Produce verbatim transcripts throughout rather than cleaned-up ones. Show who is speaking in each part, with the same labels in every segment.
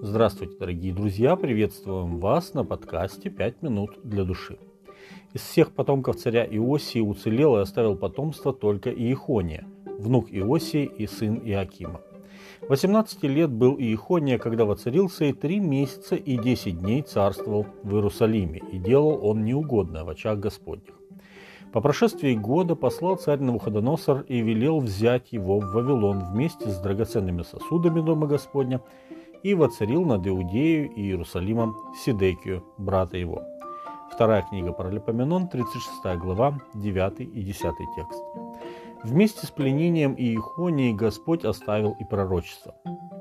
Speaker 1: Здравствуйте, дорогие друзья! Приветствуем вас на подкасте «пять минут для души». Из всех потомков царя Иосии уцелел и оставил потомство только Иехония, внук Иосии и сын Иакима. восемнадцати лет был Иехония, когда воцарился, и три месяца и десять дней царствовал в Иерусалиме, и делал он неугодное в очах Господних. По прошествии года послал царь Навуходоносор и велел взять его в Вавилон вместе с драгоценными сосудами дома Господня, и воцарил над Иудеей и Иерусалимом Сидекию, брата его. Вторая книга Паралипоменон, тридцать шестая глава, девятый и десятый текст. Вместе с пленением Иехонии Господь оставил и пророчество.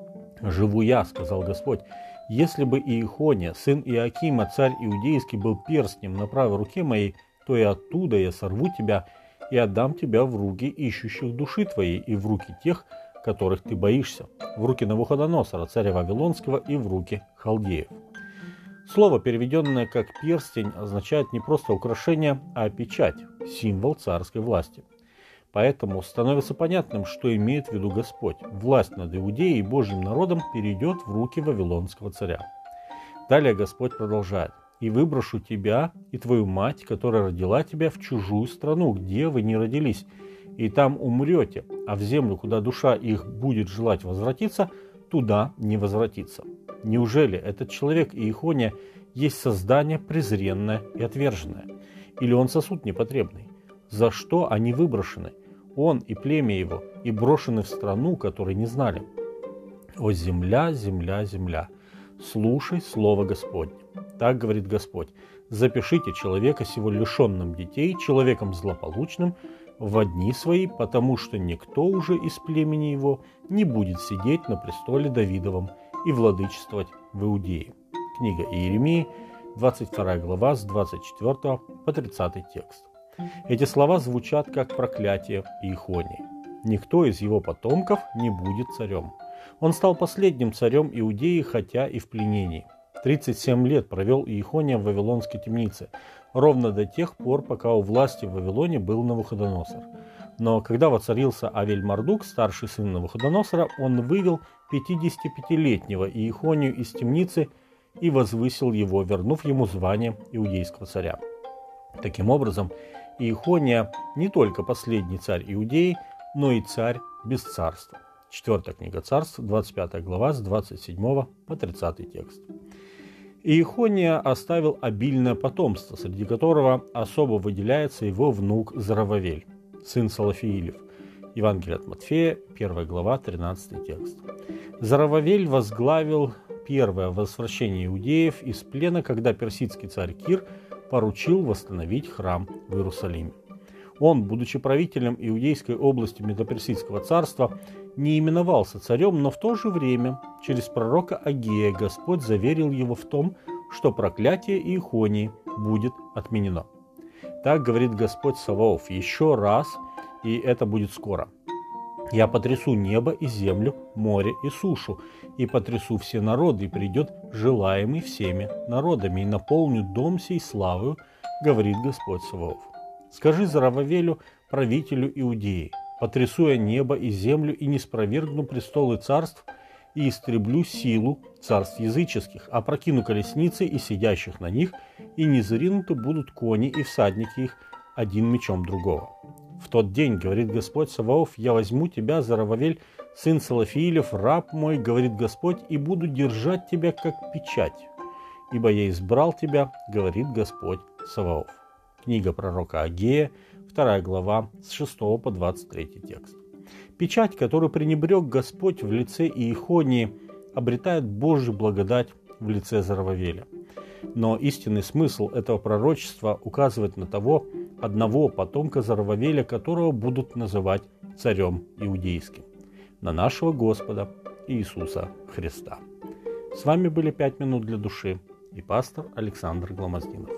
Speaker 1: «Живу я, — сказал Господь, — если бы Иехония, сын Иакима, царь иудейский, был перстнем на правой руке моей, то и оттуда я сорву тебя и отдам тебя в руки ищущих души твоей и в руки тех, которых ты боишься, в руки Навуходоносора, царя Вавилонского, и в руки халдеев». Слово, переведенное как «перстень», означает не просто украшение, а печать, символ царской власти. Поэтому становится понятным, что имеет в виду Господь. Власть над Иудеей и Божьим народом перейдет в руки вавилонского царя. Далее Господь продолжает. «И выброшу тебя и твою мать, которая родила тебя, в чужую страну, где вы не родились, и там умрете, а в землю, куда душа их будет желать возвратиться, туда не возвратится». Неужели этот человек Иехония есть создание презренное и отверженное? Или он сосуд непотребный? За что они выброшены? Он и племя его, и брошены в страну, которой не знали. «О земля, земля, земля, слушай слово Господне. Так говорит Господь: запишите человека сего лишенным детей, человеком злополучным, в дни свои, потому что никто уже из племени его не будет сидеть на престоле Давидовом и владычествовать в Иудее». Книга Иеремии, двадцать вторая глава, с двадцать четвёртого по тридцатый текст. Эти слова звучат как проклятие Иехонии. Никто из его потомков не будет царем. Он стал последним царем Иудеи, хотя и в пленении. тридцать семь лет провел Иехония в вавилонской темнице, ровно до тех пор, пока у власти в Вавилоне был Навуходоносор. Но когда воцарился Авель-Мардук, старший сын Навуходоносора, он вывел пятидесятипятилетнего Иехонию из темницы и возвысил его, вернув ему звание иудейского царя. Таким образом, Иехония не только последний царь Иудеи, но и царь без царства. Четвертая книга Царств, двадцать пятая глава, с двадцать седьмого по тридцатый текст. Иехония оставил обильное потомство, среди которого особо выделяется его внук Зоровавель, сын Салафиилев. Евангелие от Матфея, первая глава, тринадцатый текст. Зоровавель возглавил первое возвращение иудеев из плена, когда персидский царь Кир поручил восстановить храм в Иерусалиме. Он, будучи правителем иудейской области Медоперсидского царства, не именовался царем, но в то же время через пророка Агея Господь заверил его в том, что проклятие Иехонии будет отменено. Так говорит Господь Саваоф: еще раз, и это будет скоро. «Я потрясу небо и землю, море и сушу, и потрясу все народы, и придет желаемый всеми народами, и наполню дом сей славою, говорит Господь Саваоф. Скажи Зоровавелю, правителю Иудеи: потрясу я небо и землю, и не спровергну престолы царств, и истреблю силу царств языческих, опрокину колесницы и сидящих на них, и не зринуты будут кони и всадники их один мечом другого. В тот день, говорит Господь Саваоф, я возьму тебя, Зоровавель, сын Салафиилев, раб мой, говорит Господь, и буду держать тебя как печать, ибо я избрал тебя, говорит Господь Саваоф». Книга пророка Агея, вторая глава, с шестого по двадцать третий текст. Печать, которую пренебрег Господь в лице Иехонии, обретает Божью благодать в лице Зоровавеля. Но истинный смысл этого пророчества указывает на того одного потомка Зоровавеля, которого будут называть царем иудейским, на нашего Господа Иисуса Христа. С вами были «пять минут для души» и пастор Александр Гломоздинов.